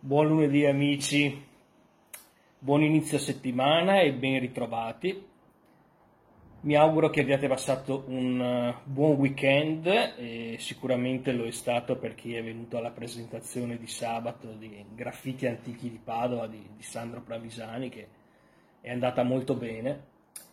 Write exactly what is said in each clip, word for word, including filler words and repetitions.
Buon lunedì amici, buon inizio settimana e ben ritrovati. Mi auguro che abbiate passato un uh, buon weekend e sicuramente lo è stato per chi è venuto alla presentazione di sabato di Graffiti Antichi di Padova di, di Sandro Pravisani, che è andata molto bene.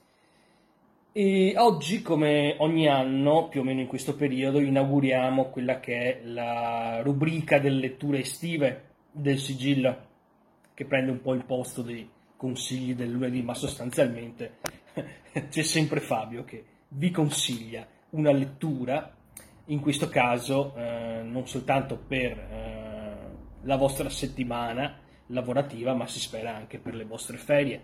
E oggi, come ogni anno, più o meno in questo periodo, inauguriamo quella che è la rubrica delle letture estive del Sigillo, che prende un po' il posto dei consigli del lunedì, ma sostanzialmente c'è sempre Fabio che vi consiglia una lettura, in questo caso eh, non soltanto per eh, la vostra settimana lavorativa, ma si spera anche per le vostre ferie.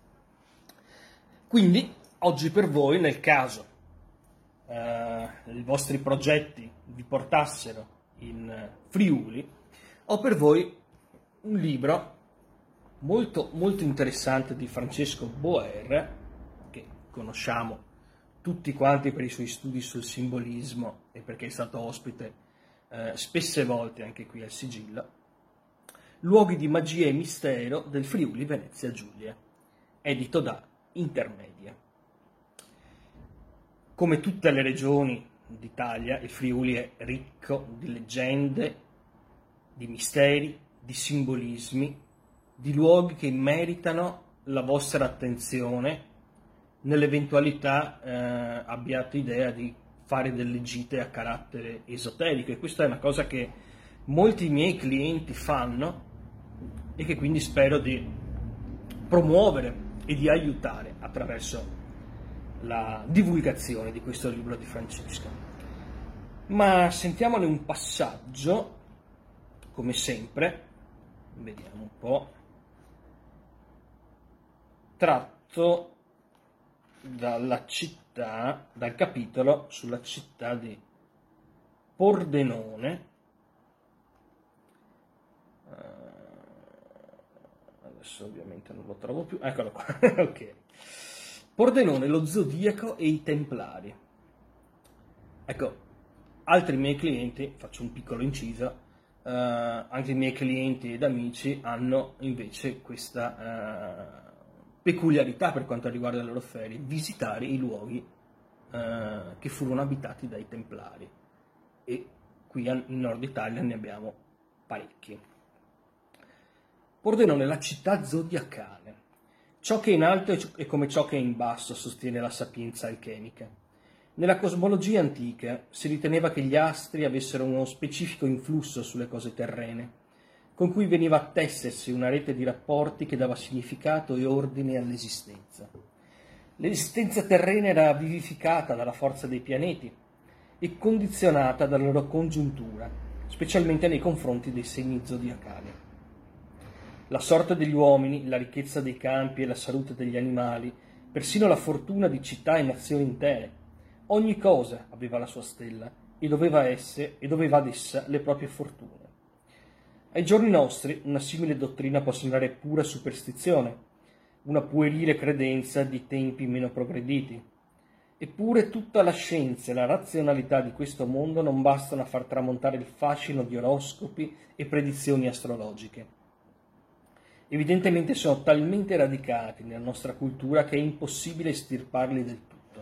Quindi oggi per voi, nel caso eh, i vostri progetti vi portassero in Friuli, ho per voi un libro molto, molto interessante di Francesco Boer, che conosciamo tutti quanti per i suoi studi sul simbolismo e perché è stato ospite eh, spesse volte anche qui al Sigillo. Luoghi di magia e mistero del Friuli Venezia Giulia, edito da Intermedia. Come tutte le regioni d'Italia, il Friuli è ricco di leggende, di misteri, di simbolismi, di luoghi che meritano la vostra attenzione nell'eventualità eh, abbiate idea di fare delle gite a carattere esoterico, e questa è una cosa che molti miei clienti fanno e che quindi spero di promuovere e di aiutare attraverso la divulgazione di questo libro di Francesco. Ma sentiamone un passaggio, come sempre, vediamo un po', tratto dalla città, dal capitolo sulla città di Pordenone. Adesso ovviamente non lo trovo più, eccolo qua. Ok. Pordenone, lo zodiaco e i templari. Ecco, altri miei clienti, faccio un piccolo inciso, eh, anche i miei clienti ed amici hanno invece questa eh, peculiarità per quanto riguarda le loro ferie: visitare i luoghi eh, che furono abitati dai templari, e qui in Nord Italia ne abbiamo parecchi. Pordenone, la città zodiacale. Ciò che è in alto è come ciò che è in basso, sostiene la sapienza alchemica. Nella cosmologia antica si riteneva che gli astri avessero uno specifico influsso sulle cose terrene, con cui veniva a tessersi una rete di rapporti che dava significato e ordine all'esistenza. L'esistenza terrena era vivificata dalla forza dei pianeti e condizionata dalla loro congiuntura, specialmente nei confronti dei segni zodiacali. La sorte degli uomini, la ricchezza dei campi e la salute degli animali, persino la fortuna di città e nazioni intere, ogni cosa aveva la sua stella e doveva essere e doveva ad essa le proprie fortune. Ai giorni nostri una simile dottrina può sembrare pura superstizione, una puerile credenza di tempi meno progrediti. Eppure tutta la scienza e la razionalità di questo mondo non bastano a far tramontare il fascino di oroscopi e predizioni astrologiche. Evidentemente sono talmente radicati nella nostra cultura che è impossibile estirparli del tutto.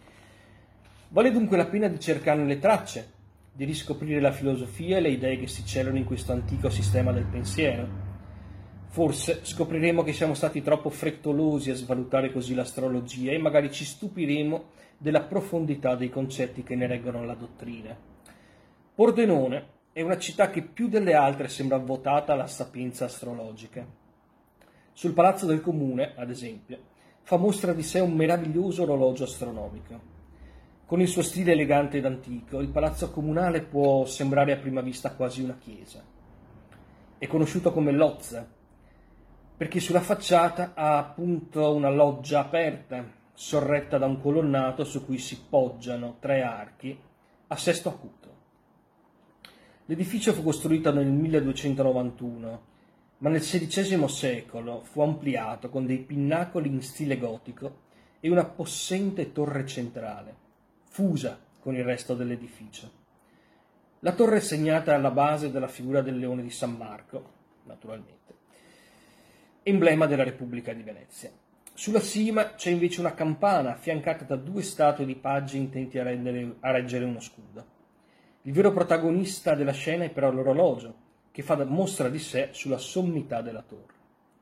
Vale dunque la pena di cercarne le tracce, di riscoprire la filosofia e le idee che si celano in questo antico sistema del pensiero. Forse scopriremo che siamo stati troppo frettolosi a svalutare così l'astrologia e magari ci stupiremo della profondità dei concetti che ne reggono la dottrina. Pordenone è una città che più delle altre sembra votata alla sapienza astrologica. Sul palazzo del comune, ad esempio, fa mostra di sé un meraviglioso orologio astronomico. Con il suo stile elegante ed antico, il palazzo comunale può sembrare a prima vista quasi una chiesa. È conosciuto come Lozza, perché sulla facciata ha appunto una loggia aperta, sorretta da un colonnato su cui si poggiano tre archi a sesto acuto. L'edificio fu costruito nel milleduecentonovantuno, ma nel sedicesimo secolo fu ampliato con dei pinnacoli in stile gotico e una possente torre centrale, fusa con il resto dell'edificio. La torre è segnata alla base dalla figura del leone di San Marco, naturalmente, emblema della Repubblica di Venezia. Sulla cima c'è invece una campana affiancata da due statue di paggi intenti a, rendere, a reggere uno scudo. Il vero protagonista della scena è però l'orologio, che fa mostra di sé sulla sommità della torre.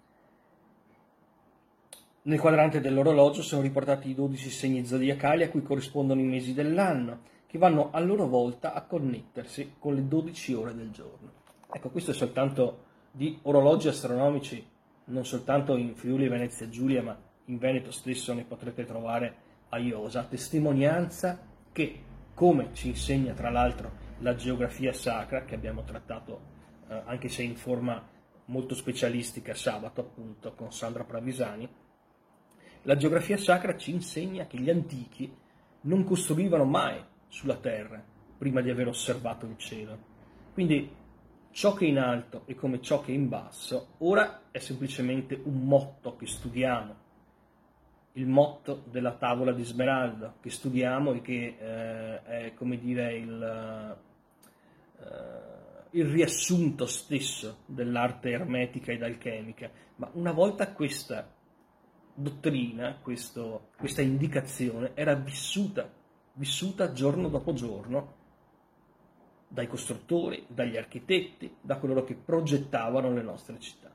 Nel quadrante dell'orologio sono riportati i dodici segni zodiacali a cui corrispondono i mesi dell'anno, che vanno a loro volta a connettersi con le dodici ore del giorno. Ecco, questo è soltanto di orologi astronomici, non soltanto in Friuli Venezia Giulia, ma in Veneto stesso ne potrete trovare a iosa, testimonianza che, come ci insegna tra l'altro la geografia sacra, che abbiamo trattato eh, anche se in forma molto specialistica sabato appunto con Sandra Pravisani, la geografia sacra ci insegna che gli antichi non costruivano mai sulla terra prima di aver osservato il cielo. Quindi ciò che è in alto è come ciò che è in basso, ora è semplicemente un motto che studiamo, il motto della tavola di smeraldo che studiamo e che eh, è, come dire, il, eh, il riassunto stesso dell'arte ermetica ed alchemica. Ma una volta questa dottrina, questo, questa indicazione era vissuta, vissuta giorno dopo giorno dai costruttori, dagli architetti, da coloro che progettavano le nostre città.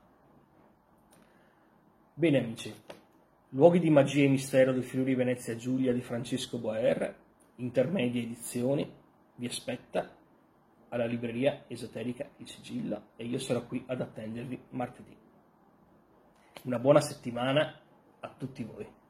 Bene amici, Luoghi di magia e mistero del Friuli Venezia Giulia di Francesco Boer, Intermedie Edizioni, vi aspetta alla libreria esoterica Il Sigillo e io sarò qui ad attendervi martedì. Una buona settimana a tutti voi.